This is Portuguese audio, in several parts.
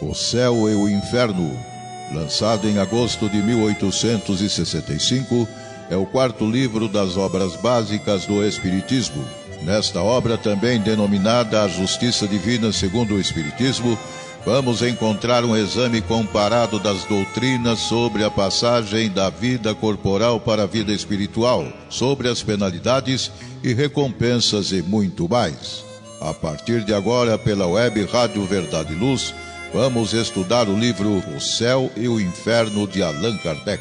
O Céu e o Inferno, lançado em agosto de 1865, é o quarto livro das obras básicas do Espiritismo. Nesta obra, também denominada A Justiça Divina segundo o Espiritismo, vamos encontrar um exame comparado das doutrinas sobre a passagem da vida corporal para a vida espiritual, sobre as penalidades e recompensas e muito mais. A partir de agora, pela web Rádio Verdade e Luz, vamos estudar o livro O Céu e o Inferno de Allan Kardec.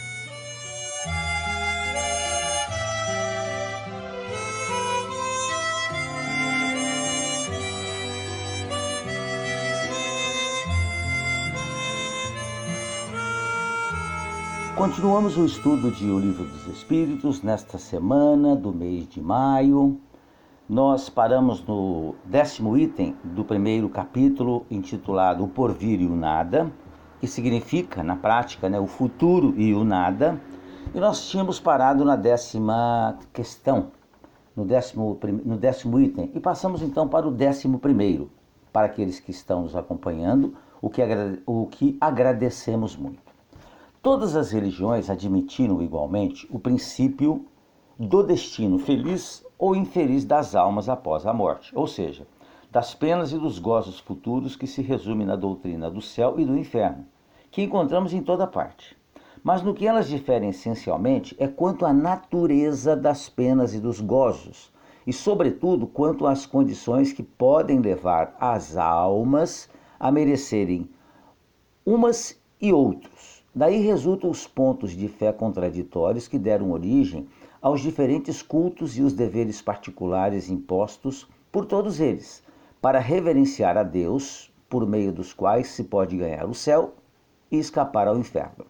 Continuamos o estudo de O Livro dos Espíritos nesta semana do mês de maio. Nós paramos no 10º item do primeiro capítulo, intitulado O Porvir e o Nada, que significa, na prática, o futuro e o nada. E nós tínhamos parado na 10ª questão, no 10º item, e passamos então para o 11º, para aqueles que estão nos acompanhando, o que agradecemos muito. Todas as religiões admitiram igualmente o princípio do destino feliz ou infeliz das almas após a morte, ou seja, das penas e dos gozos futuros que se resume na doutrina do céu e do inferno, que encontramos em toda parte. Mas no que elas diferem essencialmente é quanto à natureza das penas e dos gozos, e sobretudo quanto às condições que podem levar as almas a merecerem umas e outros. Daí resultam os pontos de fé contraditórios que deram origem aos diferentes cultos e os deveres particulares impostos por todos eles, para reverenciar a Deus, por meio dos quais se pode ganhar o céu e escapar ao inferno.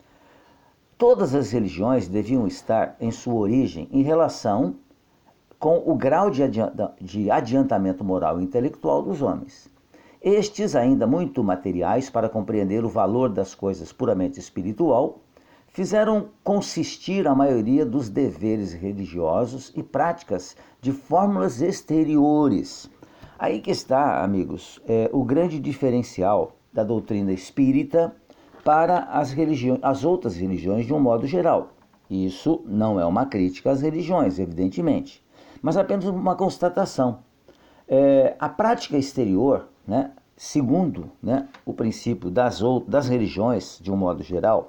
Todas as religiões deviam estar em sua origem em relação com o grau de adiantamento moral e intelectual dos homens. Estes, ainda muito materiais para compreender o valor das coisas puramente espiritual, fizeram consistir a maioria dos deveres religiosos e práticas de fórmulas exteriores. Aí que está, amigos, o grande diferencial da doutrina espírita para as outras religiões de um modo geral. Isso não é uma crítica às religiões, evidentemente, mas apenas uma constatação. A prática exterior, segundo o princípio das religiões de um modo geral,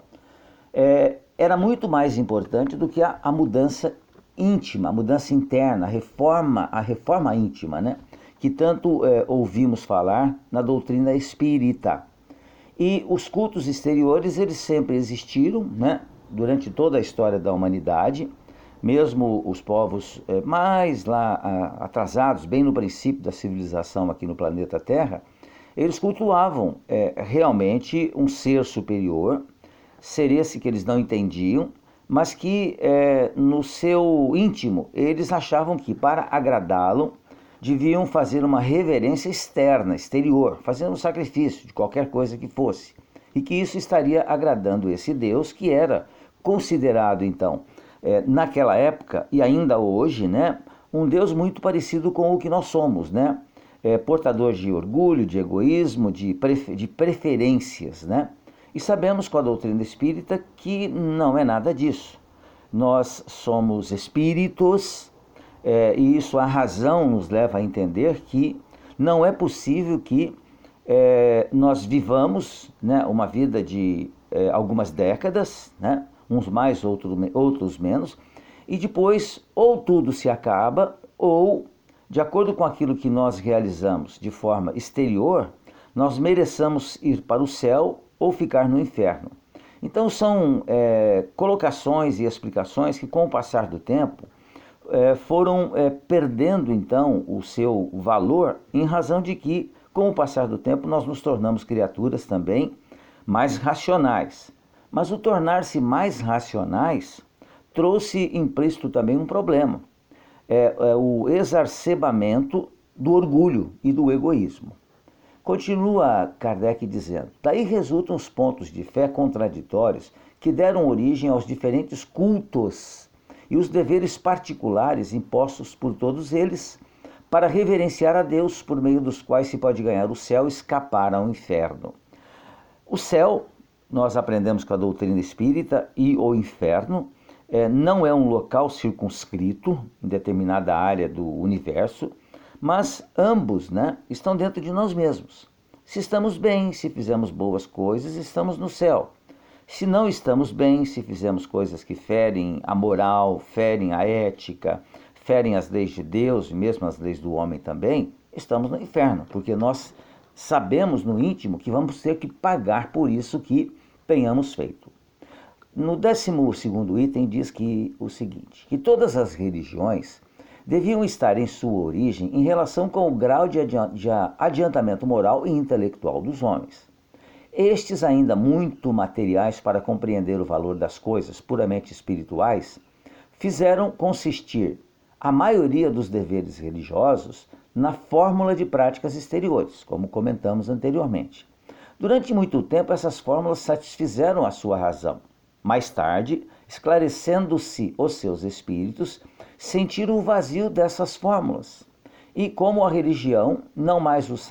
era muito mais importante do que a mudança íntima, a mudança interna, a reforma íntima, que tanto ouvimos falar na doutrina espírita. E os cultos exteriores, eles sempre existiram, durante toda a história da humanidade, mesmo os povos mais lá atrasados, bem no princípio da civilização aqui no planeta Terra, eles cultuavam realmente um ser superior, ser esse que eles não entendiam, mas que no seu íntimo eles achavam que para agradá-lo deviam fazer uma reverência exterior, fazendo um sacrifício de qualquer coisa que fosse, e que isso estaria agradando esse Deus que era considerado então, naquela época e ainda hoje, um Deus muito parecido com o que nós somos, portador de orgulho, de egoísmo, de preferências, E sabemos com a doutrina espírita que não é nada disso. Nós somos espíritos, e isso a razão nos leva a entender que não é possível que nós vivamos uma vida de algumas décadas, uns mais, outros menos, e depois ou tudo se acaba, ou, de acordo com aquilo que nós realizamos de forma exterior, nós mereçamos ir para o céu ou ficar no inferno. Então são colocações e explicações que, com o passar do tempo, foram perdendo então o seu valor em razão de que, com o passar do tempo, nós nos tornamos criaturas também mais racionais. Mas o tornar-se mais racionais trouxe implícito também um problema, o exacerbamento do orgulho e do egoísmo. Continua Kardec dizendo: daí resultam os pontos de fé contraditórios que deram origem aos diferentes cultos e os deveres particulares impostos por todos eles, para reverenciar a Deus, por meio dos quais se pode ganhar o céu e escapar ao inferno. O céu, nós aprendemos com a doutrina espírita, e o inferno não é um local circunscrito em determinada área do universo, mas ambos, estão dentro de nós mesmos. Se estamos bem, se fizemos boas coisas, estamos no céu. Se não estamos bem, se fizemos coisas que ferem a moral, ferem a ética, ferem as leis de Deus e mesmo as leis do homem também, estamos no inferno, porque nós sabemos no íntimo que vamos ter que pagar por isso que tenhamos feito. No 12º item diz o seguinte, que todas as religiões deviam estar em sua origem em relação com o grau de adiantamento moral e intelectual dos homens. Estes, ainda muito materiais para compreender o valor das coisas puramente espirituais, fizeram consistir a maioria dos deveres religiosos na fórmula de práticas exteriores, como comentamos anteriormente. Durante muito tempo, essas fórmulas satisfizeram a sua razão. Mais tarde, esclarecendo-se os seus espíritos, sentiram o vazio dessas fórmulas. E como a religião não mais os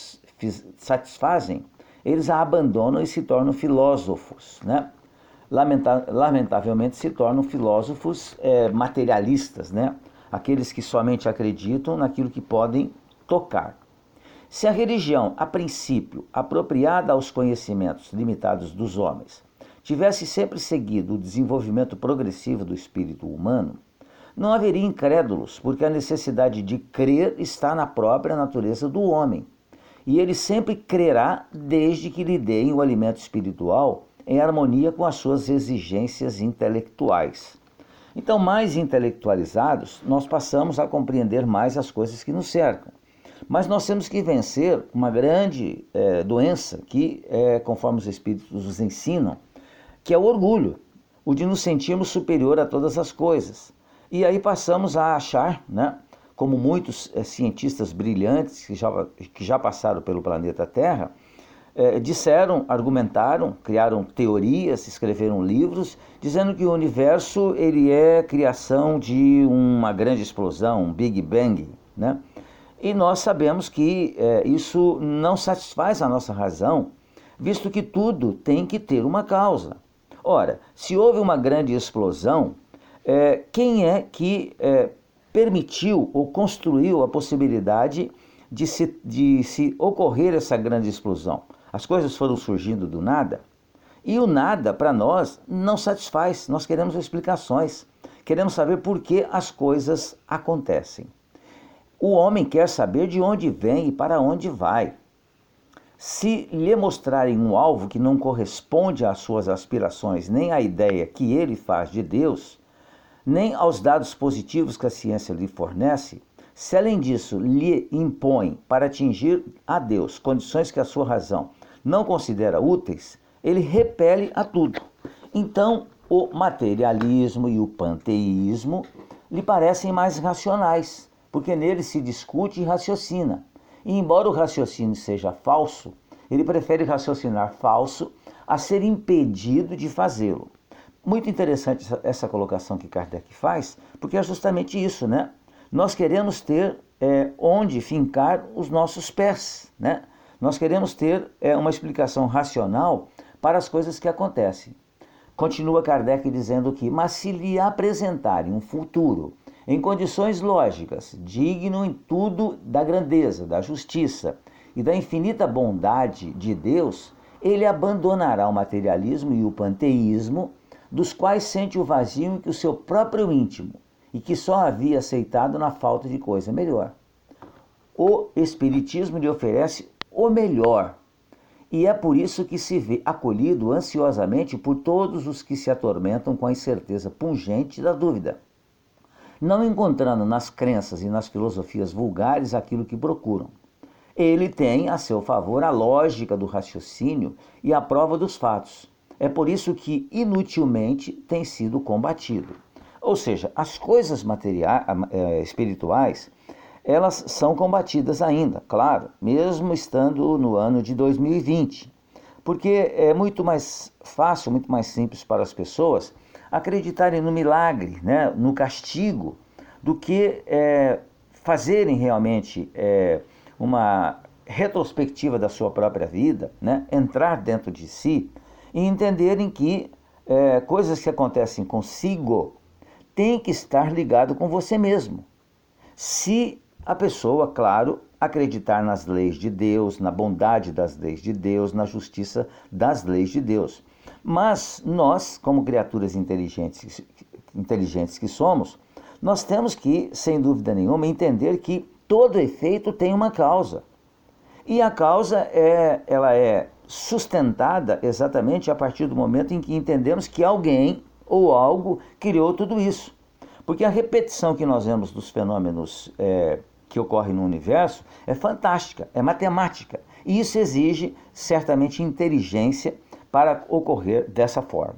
satisfazem, eles a abandonam e se tornam filósofos, Lamentavelmente se tornam filósofos materialistas, Aqueles que somente acreditam naquilo que podem tocar. Se a religião, a princípio, apropriada aos conhecimentos limitados dos homens, tivesse sempre seguido o desenvolvimento progressivo do espírito humano, não haveria incrédulos, porque a necessidade de crer está na própria natureza do homem. E ele sempre crerá desde que lhe deem o alimento espiritual em harmonia com as suas exigências intelectuais. Então, mais intelectualizados, nós passamos a compreender mais as coisas que nos cercam. Mas nós temos que vencer uma grande doença que, conforme os espíritos nos ensinam, que é o orgulho, o de nos sentirmos superior a todas as coisas. E aí passamos a achar, como muitos cientistas brilhantes que já passaram pelo planeta Terra, disseram, argumentaram, criaram teorias, escreveram livros, dizendo que o universo ele é criação de uma grande explosão, um Big Bang, E nós sabemos que isso não satisfaz a nossa razão, visto que tudo tem que ter uma causa. Ora, se houve uma grande explosão, quem é que permitiu ou construiu a possibilidade de se ocorrer essa grande explosão? As coisas foram surgindo do nada, e o nada para nós não satisfaz, nós queremos explicações, queremos saber por que as coisas acontecem. O homem quer saber de onde vem e para onde vai. Se lhe mostrarem um alvo que não corresponde às suas aspirações, nem à ideia que ele faz de Deus, nem aos dados positivos que a ciência lhe fornece, se além disso lhe impõe para atingir a Deus condições que a sua razão não considera úteis, ele repele a tudo. Então, o materialismo e o panteísmo lhe parecem mais racionais, porque nele se discute e raciocina. E embora o raciocínio seja falso, ele prefere raciocinar falso a ser impedido de fazê-lo. Muito interessante essa colocação que Kardec faz, porque é justamente isso, Nós queremos ter onde fincar os nossos pés, Nós queremos ter uma explicação racional para as coisas que acontecem. Continua Kardec dizendo que, mas se lhe apresentarem um futuro em condições lógicas, digno em tudo da grandeza, da justiça e da infinita bondade de Deus, ele abandonará o materialismo e o panteísmo, dos quais sente o vazio em que o seu próprio íntimo, e que só havia aceitado na falta de coisa melhor. O Espiritismo lhe oferece o melhor, e é por isso que se vê acolhido ansiosamente por todos os que se atormentam com a incerteza pungente da dúvida, não encontrando nas crenças e nas filosofias vulgares aquilo que procuram. Ele tem a seu favor a lógica do raciocínio e a prova dos fatos. É por isso que inutilmente tem sido combatido. Ou seja, as coisas espirituais, elas são combatidas ainda, claro, mesmo estando no ano de 2020. Porque é muito mais fácil, muito mais simples para as pessoas acreditarem no milagre, no castigo, do que fazerem realmente uma retrospectiva da sua própria vida, né? Entrar dentro de si e entenderem que coisas que acontecem consigo têm que estar ligado com você mesmo. Se a pessoa, claro, acreditar nas leis de Deus, na bondade das leis de Deus, na justiça das leis de Deus. Mas nós, como criaturas inteligentes que somos, nós temos que, sem dúvida nenhuma, entender que todo efeito tem uma causa. E a causa ela é sustentada exatamente a partir do momento em que entendemos que alguém ou algo criou tudo isso. Porque a repetição que nós vemos dos fenômenos que ocorrem no universo é fantástica, é matemática. E isso exige certamente inteligência para ocorrer dessa forma.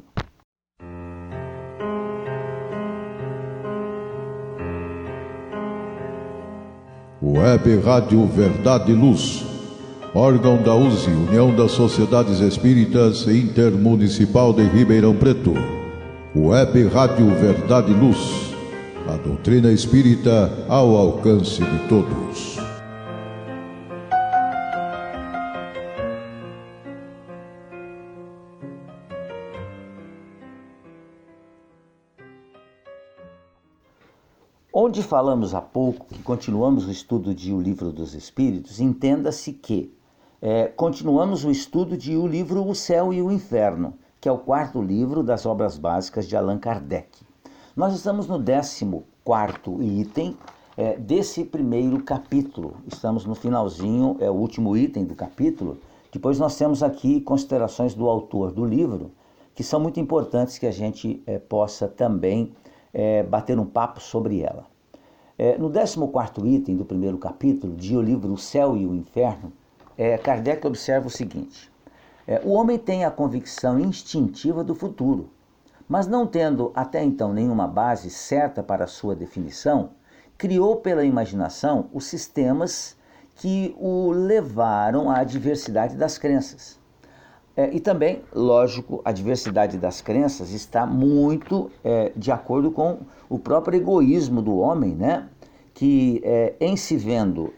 Web Rádio Verdade e Luz, órgão da USE, União das Sociedades Espíritas Intermunicipal de Ribeirão Preto. Web Rádio Verdade e Luz, a doutrina espírita ao alcance de todos. Onde falamos há pouco que continuamos o estudo de O Livro dos Espíritos, entenda-se que continuamos o estudo de o livro O Céu e o Inferno, que é o 4º livro das obras básicas de Allan Kardec. Nós estamos no 14º item desse primeiro capítulo. Estamos no finalzinho, é o último item do capítulo. Depois nós temos aqui considerações do autor do livro, que são muito importantes que a gente possa também bater um papo sobre ela. No 14º item do primeiro capítulo, de o livro O Céu e o Inferno, Kardec observa o seguinte: o homem tem a convicção instintiva do futuro, mas não tendo até então nenhuma base certa para a sua definição, criou pela imaginação os sistemas que o levaram à diversidade das crenças. E também, lógico, a diversidade das crenças está muito de acordo com o próprio egoísmo do homem, né? Que em se vendo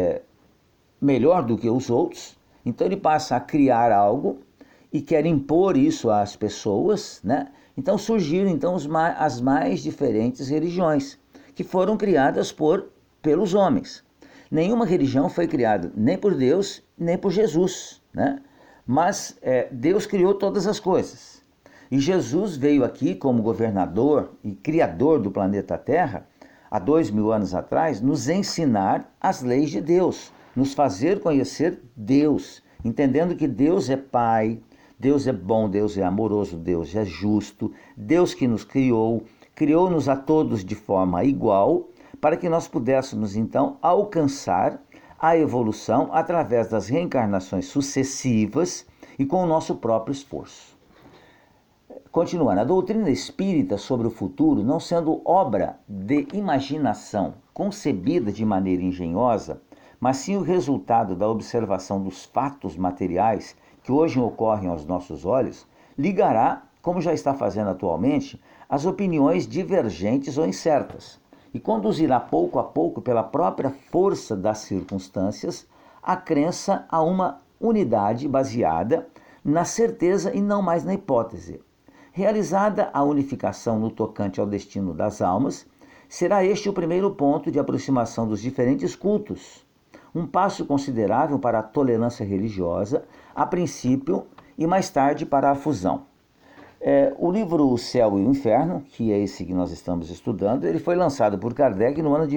melhor do que os outros, então ele passa a criar algo e quer impor isso às pessoas, né? Então surgiram as mais diferentes religiões, que foram criadas pelos homens. Nenhuma religião foi criada nem por Deus, nem por Jesus, né? Mas Deus criou todas as coisas. E Jesus veio aqui como governador e criador do planeta Terra, há 2000 anos atrás, nos ensinar as leis de Deus, nos fazer conhecer Deus, entendendo que Deus é Pai, Deus é bom, Deus é amoroso, Deus é justo, Deus que nos criou-nos a todos de forma igual, para que nós pudéssemos então alcançar a evolução através das reencarnações sucessivas e com o nosso próprio esforço. Continuando, a doutrina espírita sobre o futuro, não sendo obra de imaginação concebida de maneira engenhosa, mas sim o resultado da observação dos fatos materiais que hoje ocorrem aos nossos olhos, ligará, como já está fazendo atualmente, as opiniões divergentes ou incertas, e conduzirá pouco a pouco, pela própria força das circunstâncias, a crença a uma unidade baseada na certeza e não mais na hipótese. Realizada a unificação no tocante ao destino das almas, será este o primeiro ponto de aproximação dos diferentes cultos, um passo considerável para a tolerância religiosa, a princípio, e mais tarde para a fusão. O livro O Céu e o Inferno, que é esse que nós estamos estudando, ele foi lançado por Kardec no ano de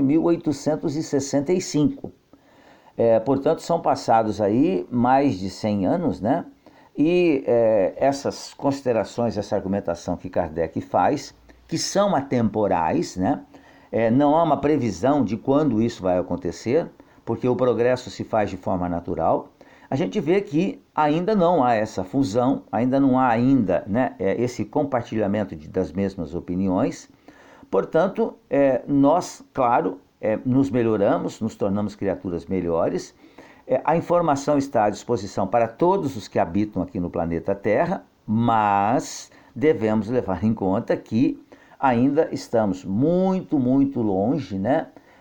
1865. Portanto, são passados aí mais de 100 anos, né? E essas considerações, essa argumentação que Kardec faz, que são atemporais, né? Não há uma previsão de quando isso vai acontecer, porque o progresso se faz de forma natural. A gente vê que ainda não há essa fusão, ainda não há né, esse compartilhamento das mesmas opiniões. Portanto, nós, claro, nos melhoramos, nos tornamos criaturas melhores. A informação está à disposição para todos os que habitam aqui no planeta Terra, mas devemos levar em conta que ainda estamos muito, muito longe, né,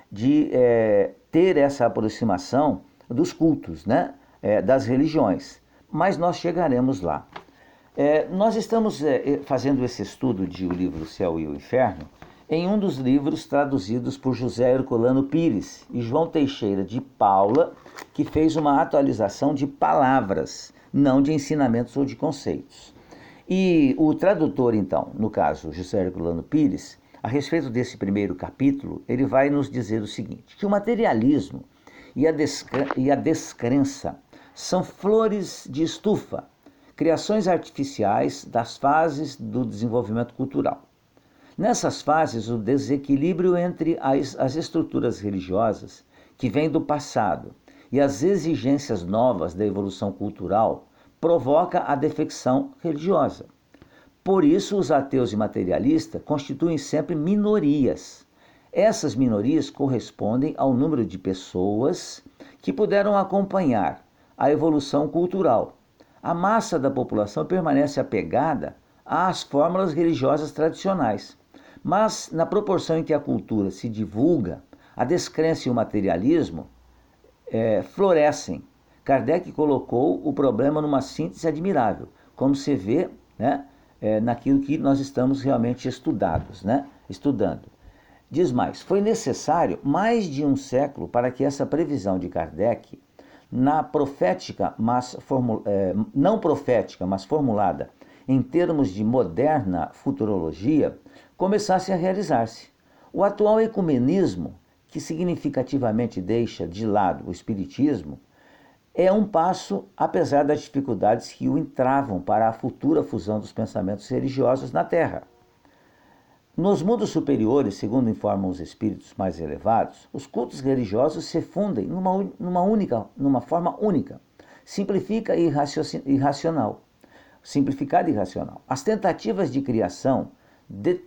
de ter essa aproximação dos cultos, né? Das religiões. Mas nós chegaremos lá. Nós estamos fazendo esse estudo de O Livro O Céu e o Inferno em um dos livros traduzidos por José Herculano Pires e João Teixeira de Paula, que fez uma atualização de palavras, não de ensinamentos ou de conceitos. E o tradutor, então, no caso, José Herculano Pires, a respeito desse primeiro capítulo, ele vai nos dizer o seguinte, que o materialismo e a descrença são flores de estufa, criações artificiais das fases do desenvolvimento cultural. Nessas fases, o desequilíbrio entre as estruturas religiosas que vêm do passado e as exigências novas da evolução cultural provoca a defecção religiosa. Por isso, os ateus e materialistas constituem sempre minorias. Essas minorias correspondem ao número de pessoas que puderam acompanhar a evolução cultural. A massa da população permanece apegada às fórmulas religiosas tradicionais, mas na proporção em que a cultura se divulga, a descrença e o materialismo florescem. Kardec colocou o problema numa síntese admirável, como se vê, né, naquilo que nós estamos realmente estudando. Diz mais, foi necessário mais de um século para que essa previsão de Kardec, não profética, mas formulada em termos de moderna futurologia, começasse a realizar-se. O atual ecumenismo, que significativamente deixa de lado o espiritismo, é um passo, apesar das dificuldades que o entravam para a futura fusão dos pensamentos religiosos na Terra. Nos mundos superiores, segundo informam os espíritos mais elevados, os cultos religiosos se fundem numa forma única, simplificada e irracional. As tentativas de criação de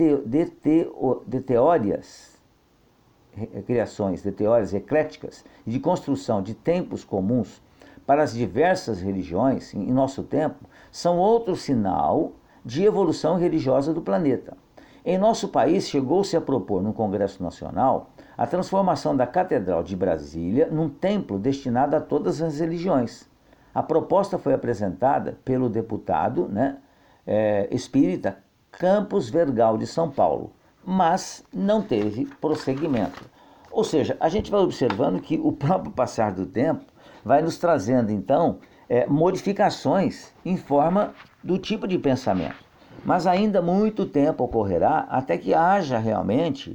teorias ecléticas e de construção de templos comuns para as diversas religiões em nosso tempo são outro sinal de evolução religiosa do planeta. Em nosso país, chegou-se a propor no Congresso Nacional a transformação da Catedral de Brasília num templo destinado a todas as religiões. A proposta foi apresentada pelo deputado espírita Campos Vergal de São Paulo, mas não teve prosseguimento. Ou seja, a gente vai observando que o próprio passar do tempo vai nos trazendo, então, modificações em forma do tipo de pensamento. Mas ainda muito tempo ocorrerá até que haja realmente,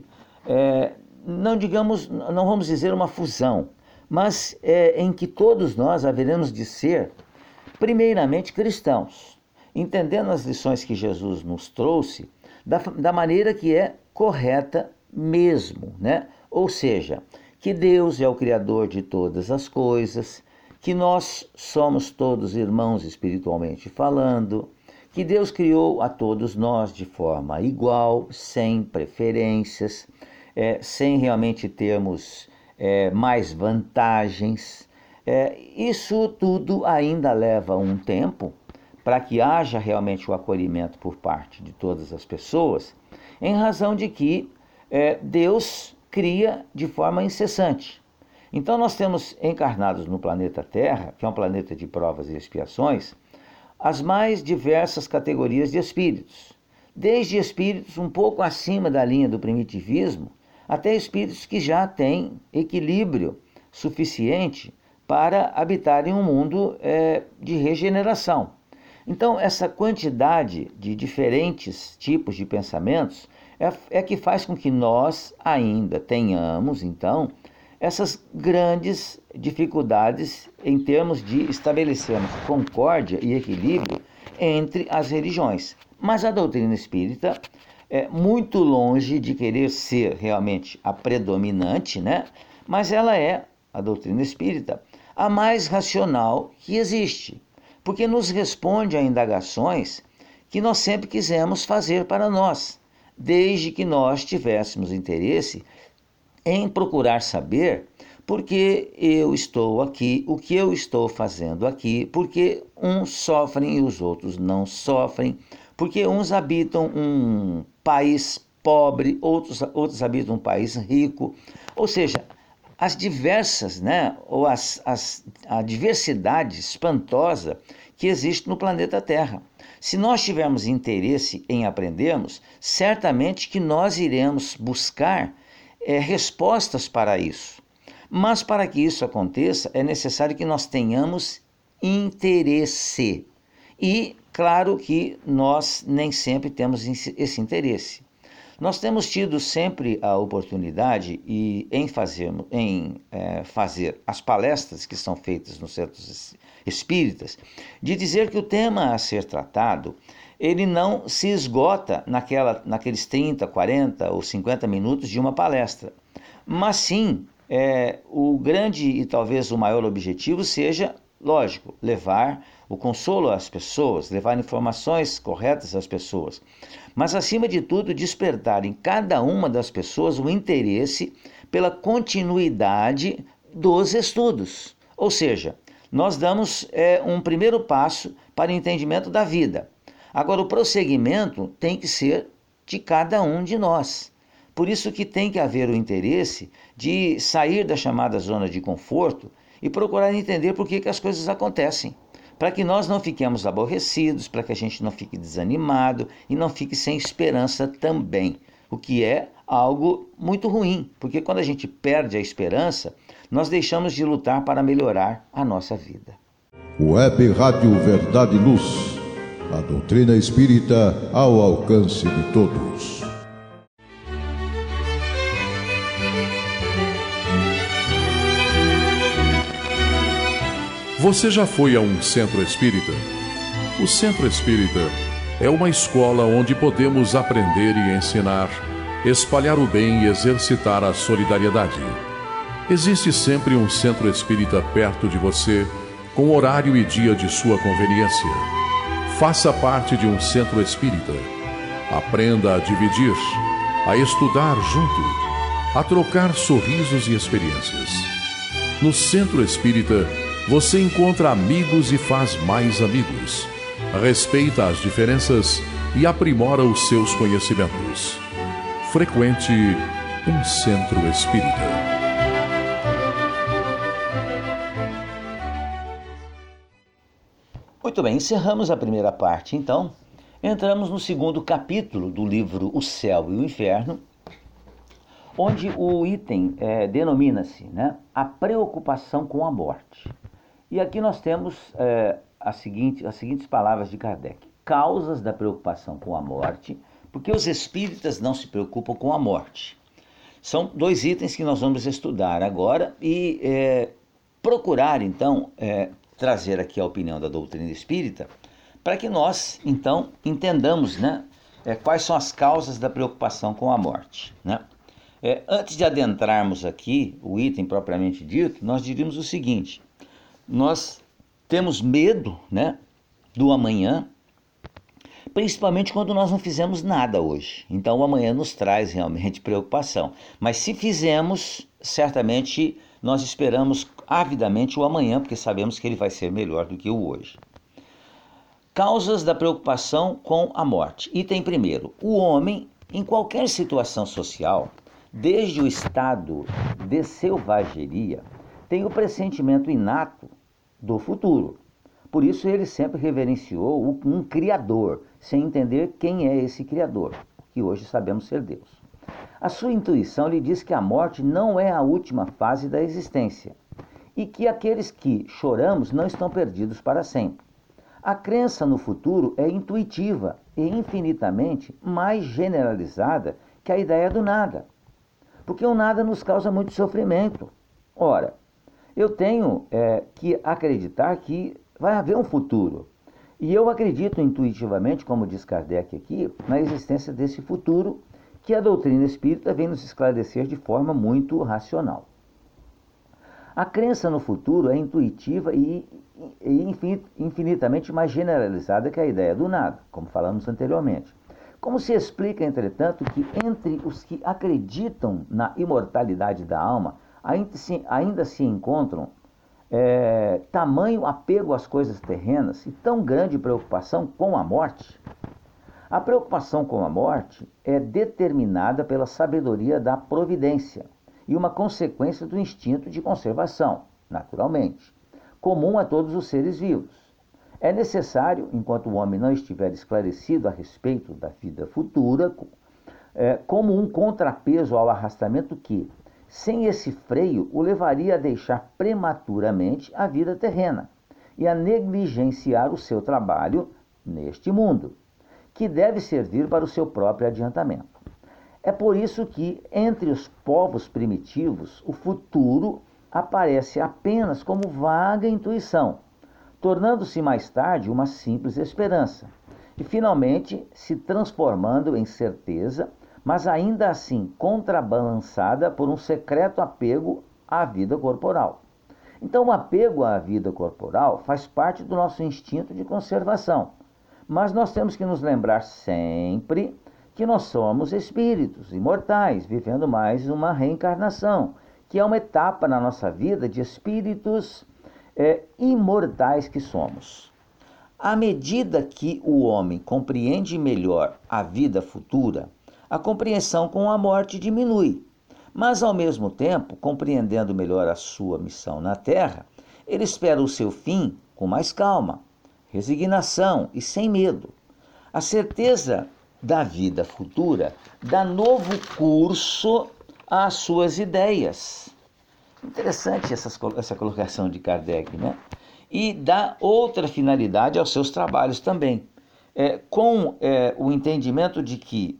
não vamos dizer uma fusão, mas em que todos nós haveremos de ser, primeiramente, cristãos, entendendo as lições que Jesus nos trouxe da maneira que é correta mesmo, né? Ou seja, que Deus é o Criador de todas as coisas, que nós somos todos irmãos espiritualmente falando, que Deus criou a todos nós de forma igual, sem preferências, sem realmente termos mais vantagens. Isso tudo ainda leva um tempo para que haja realmente o acolhimento por parte de todas as pessoas, em razão de que Deus cria de forma incessante. Então nós temos encarnados no planeta Terra, que é um planeta de provas e expiações, as mais diversas categorias de espíritos, desde espíritos um pouco acima da linha do primitivismo, até espíritos que já têm equilíbrio suficiente para habitarem um mundo de regeneração. Então, essa quantidade de diferentes tipos de pensamentos é que faz com que nós ainda tenhamos, então, essas grandes dificuldades em termos de estabelecermos concórdia e equilíbrio entre as religiões. Mas a doutrina espírita é muito longe de querer ser realmente a predominante, né? Mas ela é, a doutrina espírita, a mais racional que existe, porque nos responde a indagações que nós sempre quisemos fazer para nós, desde que nós tivéssemos interesse em procurar saber por que eu estou aqui, o que eu estou fazendo aqui, porque uns sofrem e os outros não sofrem, porque uns habitam um país pobre, outros habitam um país rico. Ou seja, as diversas, né, ou a diversidade espantosa que existe no planeta Terra. Se nós tivermos interesse em aprendermos, certamente que nós iremos buscar respostas para isso. Mas para que isso aconteça, é necessário que nós tenhamos interesse. E, claro que nós nem sempre temos esse interesse. Nós temos tido sempre a oportunidade em fazer as palestras que são feitas nos centros espíritas, de dizer que o tema a ser tratado, ele não se esgota naqueles 30, 40 ou 50 minutos de uma palestra, mas sim, o grande e talvez o maior objetivo seja, lógico, levar o consolo às pessoas, levar informações corretas às pessoas, mas acima de tudo despertar em cada uma das pessoas o interesse pela continuidade dos estudos. Ou seja, nós damos um primeiro passo para o entendimento da vida. Agora, o prosseguimento tem que ser de cada um de nós. Por isso que tem que haver o interesse de sair da chamada zona de conforto e procurar entender por que as coisas acontecem, para que nós não fiquemos aborrecidos, para que a gente não fique desanimado e não fique sem esperança também, o que é algo muito ruim, porque quando a gente perde a esperança, nós deixamos de lutar para melhorar a nossa vida. Web Rádio Verdade e Luz, a doutrina espírita ao alcance de todos. Você já foi a um centro espírita? O centro espírita é uma escola onde podemos aprender e ensinar, espalhar o bem e exercitar a solidariedade. Existe sempre um centro espírita perto de você, com horário e dia de sua conveniência. Faça parte de um centro espírita. Aprenda a dividir, a estudar junto, a trocar sorrisos e experiências. No centro espírita, você encontra amigos e faz mais amigos. Respeita as diferenças e aprimora os seus conhecimentos. Frequente um centro espírita. Muito bem, encerramos a primeira parte, então. Entramos no segundo capítulo do livro O Céu e o Inferno, onde o item denomina-se, né, a preocupação com a morte. E aqui nós temos as seguintes palavras de Kardec. Causas da preocupação com a morte, porque os espíritas não se preocupam com a morte. São dois itens que nós vamos estudar agora e procurar, então, trazer aqui a opinião da doutrina espírita, para que nós, então, entendamos, né, quais são as causas da preocupação com a morte, né? Antes de adentrarmos aqui o item propriamente dito, nós diríamos o seguinte: nós temos medo, né, do amanhã, principalmente quando nós não fizemos nada hoje. Então o amanhã nos traz realmente preocupação. Mas se fizemos, certamente nós esperamos avidamente o amanhã, porque sabemos que ele vai ser melhor do que o hoje. Causas da preocupação com a morte. Item primeiro: o homem, em qualquer situação social, desde o estado de selvageria, tem o pressentimento inato do futuro. Por isso ele sempre reverenciou um Criador, sem entender quem é esse Criador, que hoje sabemos ser Deus. A sua intuição lhe diz que a morte não é a última fase da existência e que aqueles que choramos não estão perdidos para sempre. A crença no futuro é intuitiva e infinitamente mais generalizada que a ideia do nada, porque o nada nos causa muito sofrimento. Ora, eu tenho que acreditar que vai haver um futuro. E eu acredito intuitivamente, como diz Kardec aqui, na existência desse futuro que a doutrina espírita vem nos esclarecer de forma muito racional. A crença no futuro é intuitiva e infinitamente mais generalizada que a ideia do nada, como falamos anteriormente. Como se explica, entretanto, que entre os que acreditam na imortalidade da alma, ainda se encontram tamanho apego às coisas terrenas e tão grande preocupação com a morte? A preocupação com a morte é determinada pela sabedoria da providência e uma consequência do instinto de conservação, naturalmente, comum a todos os seres vivos. É necessário, enquanto o homem não estiver esclarecido a respeito da vida futura, como um contrapeso ao arrastamento que, sem esse freio, o levaria a deixar prematuramente a vida terrena e a negligenciar o seu trabalho neste mundo, que deve servir para o seu próprio adiantamento. É por isso que, entre os povos primitivos, o futuro aparece apenas como vaga intuição, tornando-se mais tarde uma simples esperança, e finalmente se transformando em certeza, mas ainda assim contrabalançada por um secreto apego à vida corporal. Então, o apego à vida corporal faz parte do nosso instinto de conservação, mas nós temos que nos lembrar sempre que nós somos espíritos imortais, vivendo mais uma reencarnação, que é uma etapa na nossa vida de espíritos imortais que somos. À medida que o homem compreende melhor a vida futura, a compreensão com a morte diminui. Mas, ao mesmo tempo, compreendendo melhor a sua missão na Terra, ele espera o seu fim com mais calma, resignação e sem medo. A certeza da vida futura dá novo curso às suas ideias. Interessante essa colocação de Kardec, né? E dá outra finalidade aos seus trabalhos também. Com o entendimento de que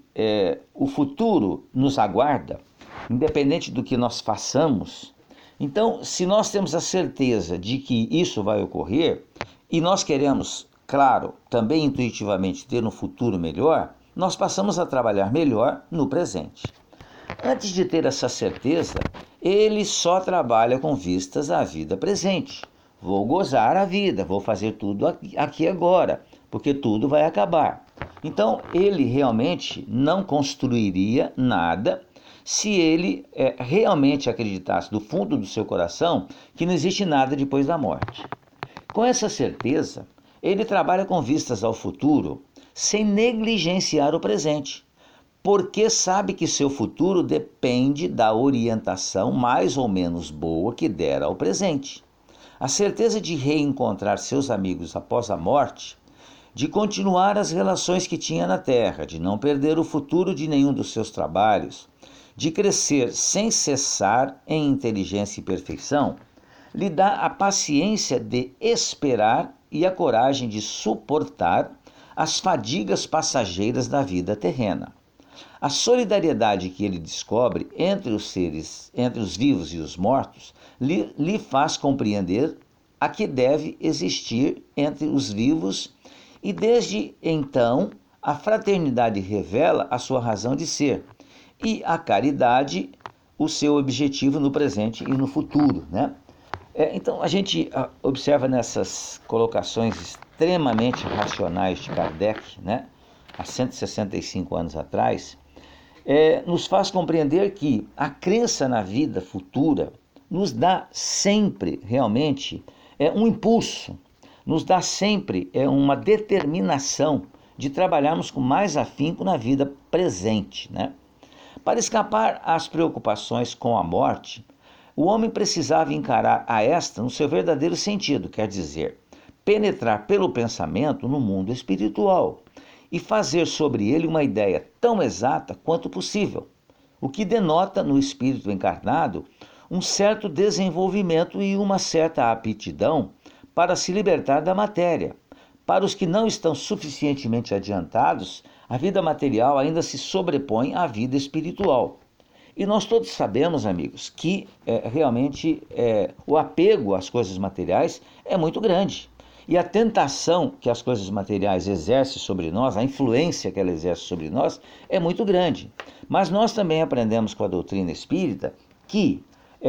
o futuro nos aguarda, independente do que nós façamos. Então, se nós temos a certeza de que isso vai ocorrer, e nós queremos, claro, também intuitivamente ter um futuro melhor, nós passamos a trabalhar melhor no presente. Antes de ter essa certeza, ele só trabalha com vistas à vida presente. Vou gozar a vida, vou fazer tudo aqui agora, porque tudo vai acabar. Então, ele realmente não construiria nada se ele realmente acreditasse do fundo do seu coração que não existe nada depois da morte. Com essa certeza, ele trabalha com vistas ao futuro sem negligenciar o presente, porque sabe que seu futuro depende da orientação mais ou menos boa que der ao presente. A certeza de reencontrar seus amigos após a morte, de continuar as relações que tinha na Terra, de não perder o futuro de nenhum dos seus trabalhos, de crescer sem cessar em inteligência e perfeição, lhe dá a paciência de esperar e a coragem de suportar as fadigas passageiras da vida terrena. A solidariedade que ele descobre entre os seres, entre os vivos e os mortos, lhe faz compreender a que deve existir entre os vivos e desde então a fraternidade revela a sua razão de ser e a caridade o seu objetivo no presente e no futuro, né? Então a gente observa nessas colocações extremamente racionais de Kardec, né, há 165 anos atrás, nos faz compreender que a crença na vida futura nos dá sempre, realmente, um impulso, nos dá sempre uma determinação de trabalharmos com mais afinco na vida presente, né? Para escapar às preocupações com a morte, o homem precisava encarar a esta no seu verdadeiro sentido, quer dizer, penetrar pelo pensamento no mundo espiritual e fazer sobre ele uma ideia tão exata quanto possível, o que denota no espírito encarnado um certo desenvolvimento e uma certa aptidão para se libertar da matéria. Para os que não estão suficientemente adiantados, a vida material ainda se sobrepõe à vida espiritual. E nós todos sabemos, amigos, que realmente o apego às coisas materiais é muito grande. E a tentação que as coisas materiais exercem sobre nós, a influência que ela exerce sobre nós, é muito grande. Mas nós também aprendemos com a doutrina espírita que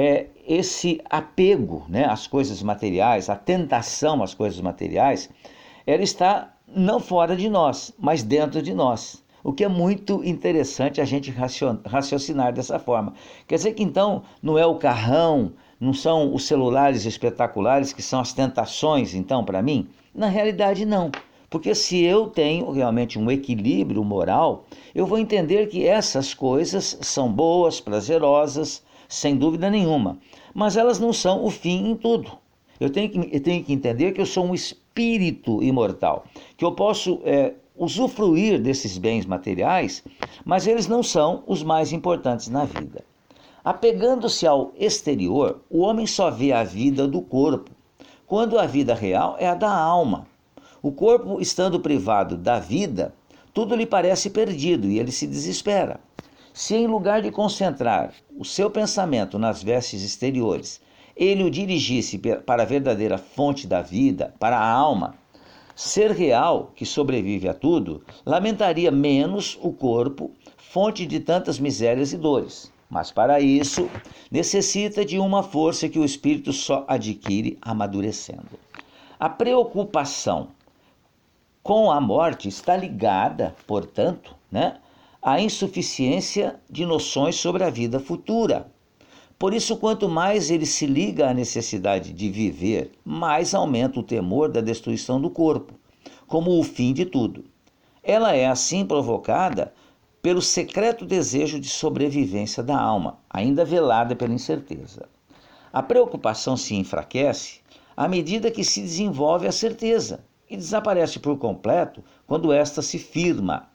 esse apego, né, às coisas materiais, a tentação às coisas materiais, ela está não fora de nós, mas dentro de nós. O que é muito interessante a gente raciocinar dessa forma. Quer dizer que então não é o carrão, não são os celulares espetaculares que são as tentações, então, para mim? Na realidade, não. Porque se eu tenho realmente um equilíbrio moral, eu vou entender que essas coisas são boas, prazerosas, sem dúvida nenhuma, mas elas não são o fim em tudo. Eu tenho que entender que eu sou um espírito imortal, que eu posso usufruir desses bens materiais, mas eles não são os mais importantes na vida. Apegando-se ao exterior, o homem só vê a vida do corpo, quando a vida real é a da alma. O corpo, estando privado da vida, tudo lhe parece perdido e ele se desespera. Se em lugar de concentrar o seu pensamento nas vestes exteriores, ele o dirigisse para a verdadeira fonte da vida, para a alma, ser real, que sobrevive a tudo, lamentaria menos o corpo, fonte de tantas misérias e dores. Mas para isso, necessita de uma força que o espírito só adquire amadurecendo. A preocupação com a morte está ligada, portanto, à insuficiência de noções sobre a vida futura. Por isso, quanto mais ele se liga à necessidade de viver, mais aumenta o temor da destruição do corpo, como o fim de tudo. Ela é assim provocada pelo secreto desejo de sobrevivência da alma, ainda velada pela incerteza. A preocupação se enfraquece à medida que se desenvolve a certeza e desaparece por completo quando esta se firma.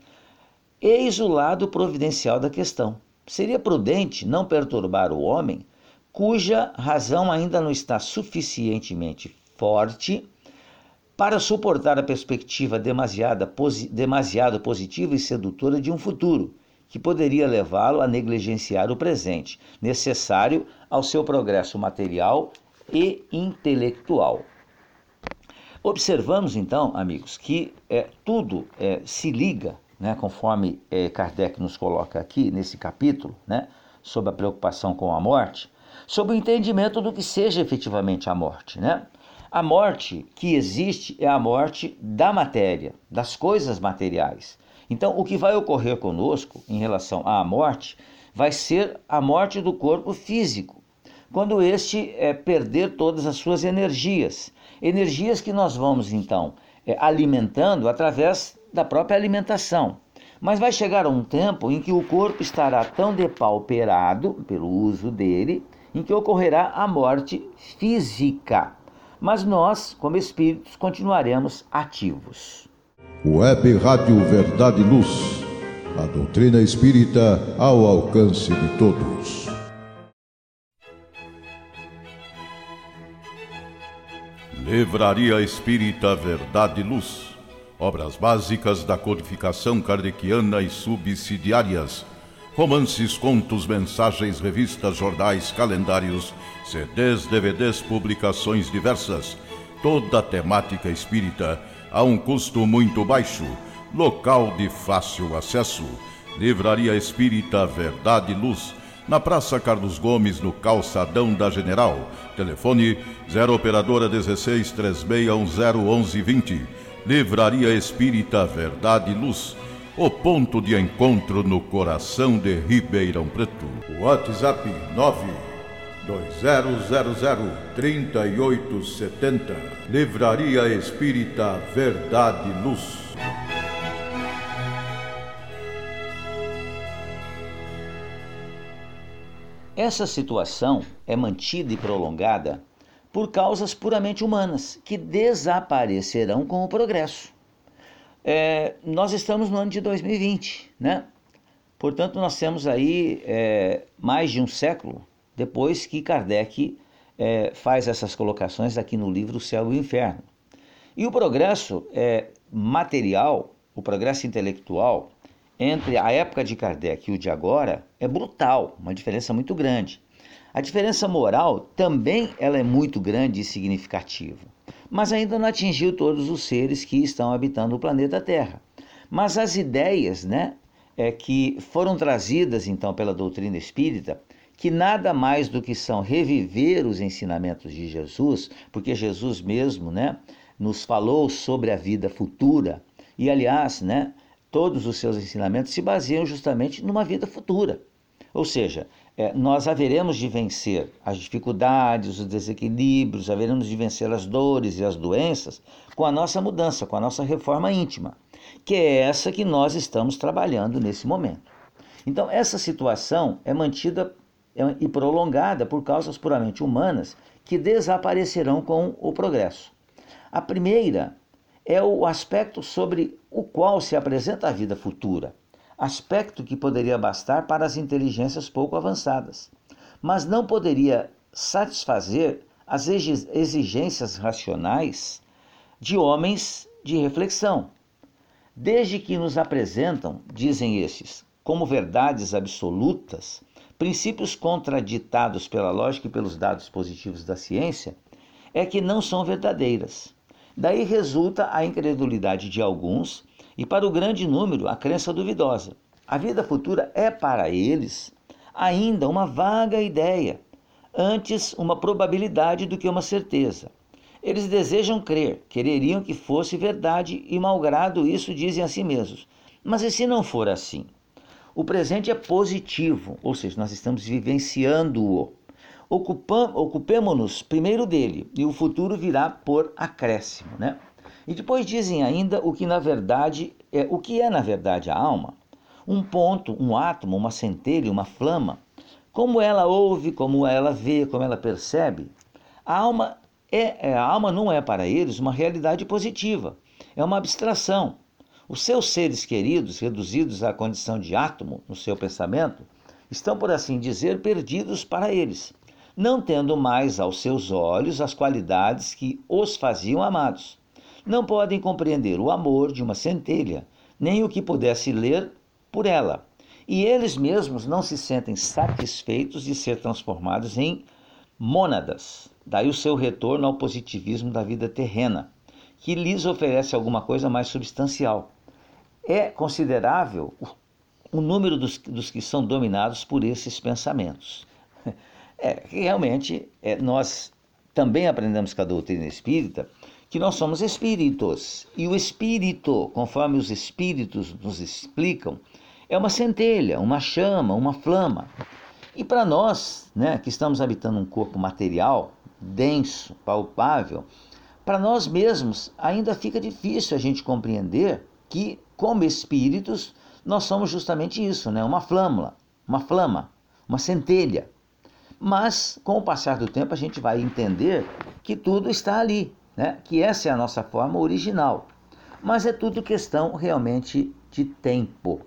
Eis o lado providencial da questão. Seria prudente não perturbar o homem, cuja razão ainda não está suficientemente forte para suportar a perspectiva demasiado positiva e sedutora de um futuro, que poderia levá-lo a negligenciar o presente, necessário ao seu progresso material e intelectual. Observamos então, amigos, que tudo se liga, conforme Kardec nos coloca aqui nesse capítulo, sobre a preocupação com a morte, sobre o entendimento do que seja efetivamente a morte. A morte que existe é a morte da matéria, das coisas materiais. Então, o que vai ocorrer conosco em relação à morte vai ser a morte do corpo físico, quando este perder todas as suas energias que nós vamos então alimentando através da própria alimentação. Mas vai chegar um tempo em que o corpo estará tão depauperado pelo uso dele, em que ocorrerá a morte física. Mas nós, como espíritos, continuaremos ativos. Web Rádio Verdade e Luz. A doutrina espírita ao alcance de todos. Livraria Espírita Verdade e Luz. Obras básicas da codificação kardeciana e subsidiárias. Romances, contos, mensagens, revistas, jornais, calendários, CDs, DVDs, publicações diversas. Toda a temática espírita a um custo muito baixo. Local de fácil acesso. Livraria Espírita Verdade e Luz. Na Praça Carlos Gomes, no Calçadão da General. Telefone 0 operadora 16 3610 1120. Livraria Espírita Verdade e Luz. O ponto de encontro no coração de Ribeirão Preto. WhatsApp 920003870. Livraria Espírita Verdade e Luz. Essa situação é mantida e prolongada por causas puramente humanas, que desaparecerão com o progresso. Nós estamos no ano de 2020, Portanto, nós temos aí mais de um século depois que Kardec faz essas colocações aqui no livro O Céu e o Inferno. E o progresso material, o progresso intelectual, entre a época de Kardec e o de agora, é brutal, uma diferença muito grande. A diferença moral também ela é muito grande e significativa, mas ainda não atingiu todos os seres que estão habitando o planeta Terra. Mas as ideias, que foram trazidas então pela doutrina espírita, que nada mais do que são reviver os ensinamentos de Jesus, porque Jesus mesmo, nos falou sobre a vida futura, e aliás, todos os seus ensinamentos se baseiam justamente numa vida futura, Ou seja, nós haveremos de vencer as dificuldades, os desequilíbrios, haveremos de vencer as dores e as doenças com a nossa mudança, com a nossa reforma íntima, que é essa que nós estamos trabalhando nesse momento. Então, essa situação é mantida e prolongada por causas puramente humanas que desaparecerão com o progresso. A primeira é o aspecto sobre o qual se apresenta a vida futura, aspecto que poderia bastar para as inteligências pouco avançadas, mas não poderia satisfazer as exigências racionais de homens de reflexão, desde que nos apresentam, dizem estes, como verdades absolutas, princípios contraditados pela lógica e pelos dados positivos da ciência, é que não são verdadeiras. Daí resulta a incredulidade de alguns e, para o grande número, a crença duvidosa. A vida futura é, para eles, ainda uma vaga ideia, antes uma probabilidade do que uma certeza. Eles desejam crer, quereriam que fosse verdade e, malgrado isso, dizem a si mesmos. Mas e se não for assim? O presente é positivo, ou seja, nós estamos vivenciando-o. Ocupemo-nos primeiro dele e o futuro virá por acréscimo, né? E depois dizem ainda o que na verdade a alma. Um ponto, um átomo, uma centelha, uma flama. Como ela ouve, como ela vê, como ela percebe. A alma não é para eles uma realidade positiva, é uma abstração. Os seus seres queridos, reduzidos à condição de átomo no seu pensamento, estão, por assim dizer, perdidos para eles, não tendo mais aos seus olhos as qualidades que os faziam amados. Não podem compreender o amor de uma centelha, nem o que pudesse ler por ela. E eles mesmos não se sentem satisfeitos de ser transformados em mônadas. Daí o seu retorno ao positivismo da vida terrena, que lhes oferece alguma coisa mais substancial. É considerável o número dos que são dominados por esses pensamentos. Realmente, nós também aprendemos com a doutrina espírita que nós somos espíritos. E o espírito, conforme os espíritos nos explicam, é uma centelha, uma chama, uma flama. E para nós, que estamos habitando um corpo material, denso, palpável, para nós mesmos ainda fica difícil a gente compreender que, como espíritos, nós somos justamente isso, uma flâmula, uma centelha. Mas, com o passar do tempo, a gente vai entender que tudo está ali, que essa é a nossa forma original. Mas é tudo questão realmente de tempo.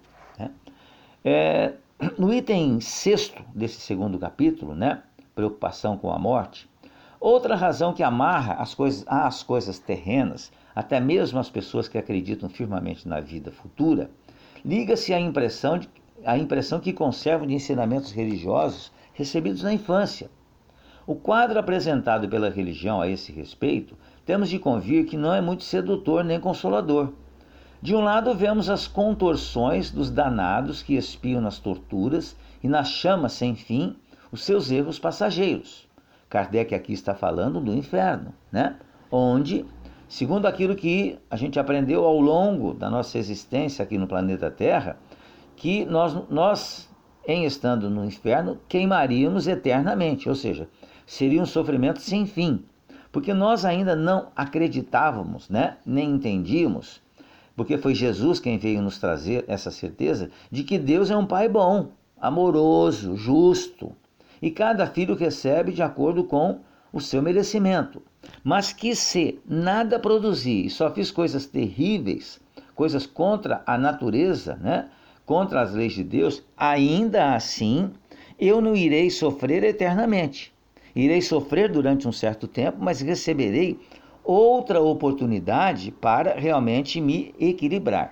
No item 6º desse 2º capítulo, preocupação com a morte, outra razão que amarra as coisas terrenas, até mesmo as pessoas que acreditam firmemente na vida futura, liga-se à impressão que conservam de ensinamentos religiosos recebidos na infância. O quadro apresentado pela religião a esse respeito, temos de convir que não é muito sedutor nem consolador. De um lado, vemos as contorções dos danados que espiam nas torturas e nas chamas sem fim os seus erros passageiros. Kardec aqui está falando do inferno, onde, segundo aquilo que a gente aprendeu ao longo da nossa existência aqui no planeta Terra, que nós em estando no inferno, queimaríamos eternamente, ou seja, seria um sofrimento sem fim, porque nós ainda não acreditávamos, nem entendíamos, porque foi Jesus quem veio nos trazer essa certeza de que Deus é um Pai bom, amoroso, justo, e cada filho recebe de acordo com o seu merecimento, mas que se nada produzir e só fiz coisas terríveis, coisas contra a natureza, contra as leis de Deus, ainda assim eu não irei sofrer eternamente. Irei sofrer durante um certo tempo, mas receberei outra oportunidade para realmente me equilibrar.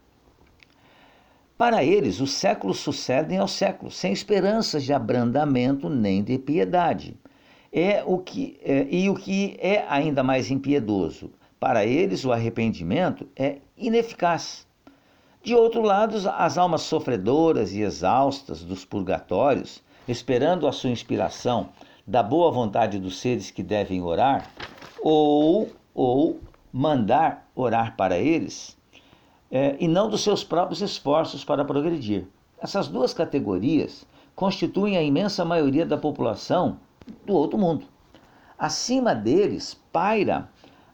Para eles, os séculos sucedem aos séculos, sem esperanças de abrandamento nem de piedade. O que é ainda mais impiedoso, para eles o arrependimento é ineficaz. De outro lado, as almas sofredoras e exaustas dos purgatórios, esperando a sua inspiração da boa vontade dos seres que devem orar, ou mandar orar para eles, e não dos seus próprios esforços para progredir. Essas duas categorias constituem a imensa maioria da população do outro mundo. Acima deles paira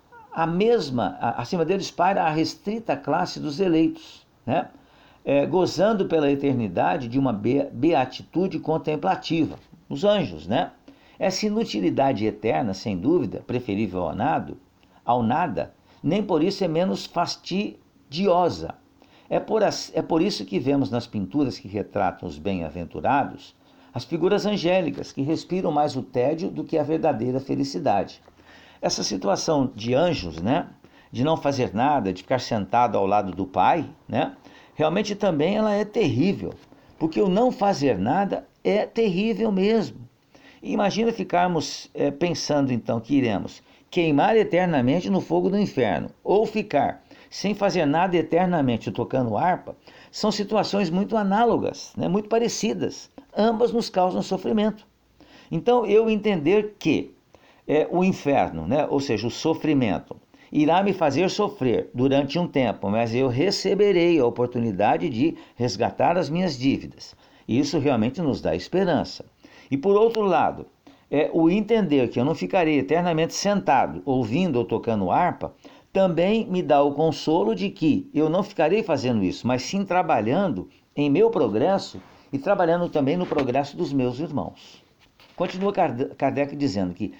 a restrita classe dos eleitos, né? Gozando pela eternidade de uma beatitude contemplativa, os anjos, né? Essa inutilidade eterna, sem dúvida, preferível ao nada, nem por isso é menos fastidiosa. É por isso que vemos nas pinturas que retratam os bem-aventurados as figuras angélicas, que respiram mais o tédio do que a verdadeira felicidade. Essa situação de anjos, né, de não fazer nada, de ficar sentado ao lado do Pai, né, realmente também ela é terrível, porque o não fazer nada é terrível mesmo. E imagina ficarmos pensando então que iremos queimar eternamente no fogo do inferno, ou ficar sem fazer nada eternamente tocando harpa. São situações muito análogas, né, muito parecidas. Ambas nos causam sofrimento. Então, eu entender que o inferno, né, ou seja, o sofrimento, irá me fazer sofrer durante um tempo, mas eu receberei a oportunidade de resgatar as minhas dívidas. Isso realmente nos dá esperança. E por outro lado, o entender que eu não ficarei eternamente sentado, ouvindo ou tocando harpa, também me dá o consolo de que eu não ficarei fazendo isso, mas sim trabalhando em meu progresso e trabalhando também no progresso dos meus irmãos. Continua Kardec dizendo que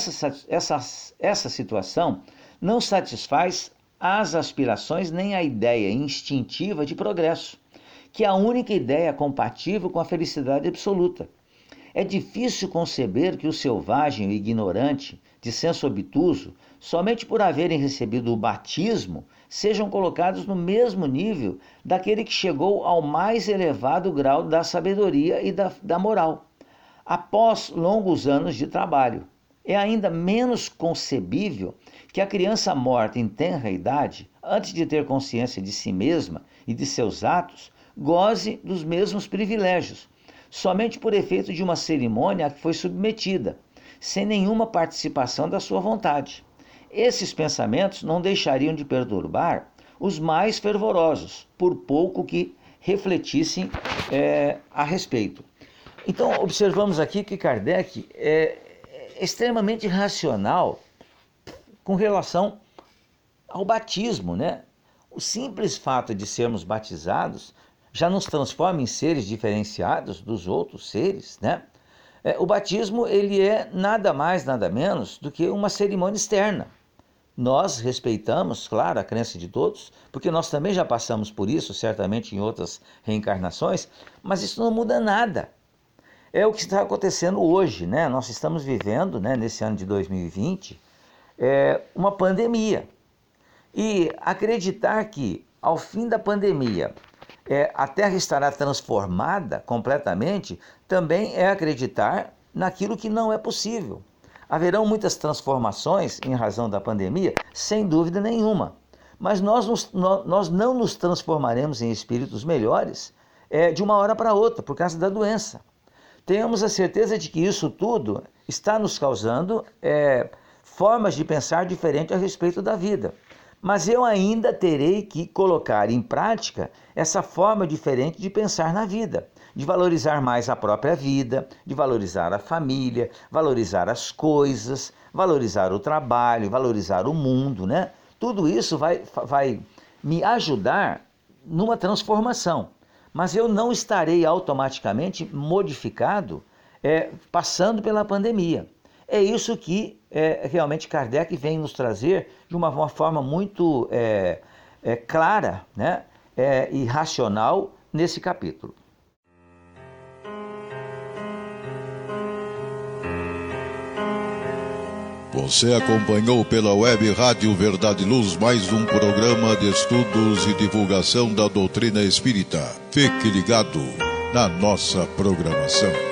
essa situação não satisfaz as aspirações nem a ideia instintiva de progresso, que é a única ideia compatível com a felicidade absoluta. É difícil conceber que o selvagem e ignorante, de senso obtuso, somente por haverem recebido o batismo, sejam colocados no mesmo nível daquele que chegou ao mais elevado grau da sabedoria e da moral, após longos anos de trabalho. É ainda menos concebível que a criança morta em tenra idade, antes de ter consciência de si mesma e de seus atos, goze dos mesmos privilégios, somente por efeito de uma cerimônia a que foi submetida, sem nenhuma participação da sua vontade. Esses pensamentos não deixariam de perturbar os mais fervorosos, por pouco que refletissem a respeito. Então, observamos aqui que Kardec é extremamente racional com relação ao batismo, né? O simples fato de sermos batizados já nos transforma em seres diferenciados dos outros seres, né? O batismo, ele é nada mais, nada menos do que uma cerimônia externa. Nós respeitamos, claro, a crença de todos, porque nós também já passamos por isso, certamente em outras reencarnações, mas isso não muda nada. É o que está acontecendo hoje, né? Nós estamos vivendo, né, nesse ano de 2020, uma pandemia. E acreditar que, ao fim da pandemia, a Terra estará transformada completamente, também é acreditar naquilo que não é possível. Haverão muitas transformações em razão da pandemia, sem dúvida nenhuma. Mas nós não nos transformaremos em espíritos melhores de uma hora para outra, por causa da doença. Tenhamos a certeza de que isso tudo está nos causando formas de pensar diferentes a respeito da vida. Mas eu ainda terei que colocar em prática essa forma diferente de pensar na vida, de valorizar mais a própria vida, de valorizar a família, valorizar as coisas, valorizar o trabalho, valorizar o mundo, né? Tudo isso vai me ajudar numa transformação, mas eu não estarei automaticamente modificado passando pela pandemia. É isso que realmente Kardec vem nos trazer de uma forma muito clara, né, e racional nesse capítulo. Você acompanhou pela web Rádio Verdade e Luz mais um programa de estudos e divulgação da doutrina espírita. Fique ligado na nossa programação.